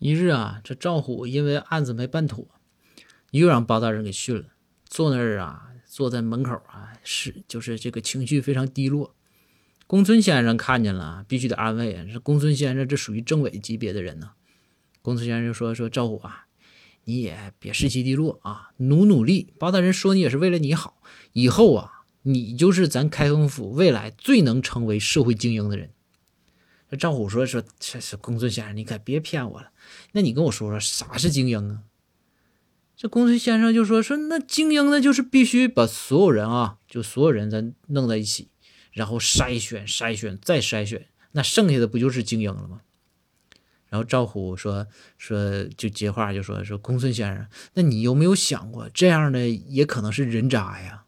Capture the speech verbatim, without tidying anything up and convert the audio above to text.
一日啊，这赵虎因为案子没办妥，又让包大人给训了。坐那儿啊，坐在门口啊，是就是这个情绪非常低落。公孙先生看见了，必须得安慰啊。这公孙先生这属于政委级别的人呢、啊。公孙先生就说：“说赵虎啊，你也别士气低落啊，努努力。包大人说你也是为了你好，以后啊，你就是咱开封府未来最能成为社会精英的人。”这赵虎说：“说这是公孙先生，你可别骗我了。那你跟我说说啥是精英啊？”这公孙先生就说：“说那精英呢，就是必须把所有人啊，就所有人咱弄在一起，然后筛选、筛选再筛选，那剩下的不就是精英了吗？”然后赵虎说说就接话就说说公孙先生，那你有没有想过，这样的也可能是人渣呀？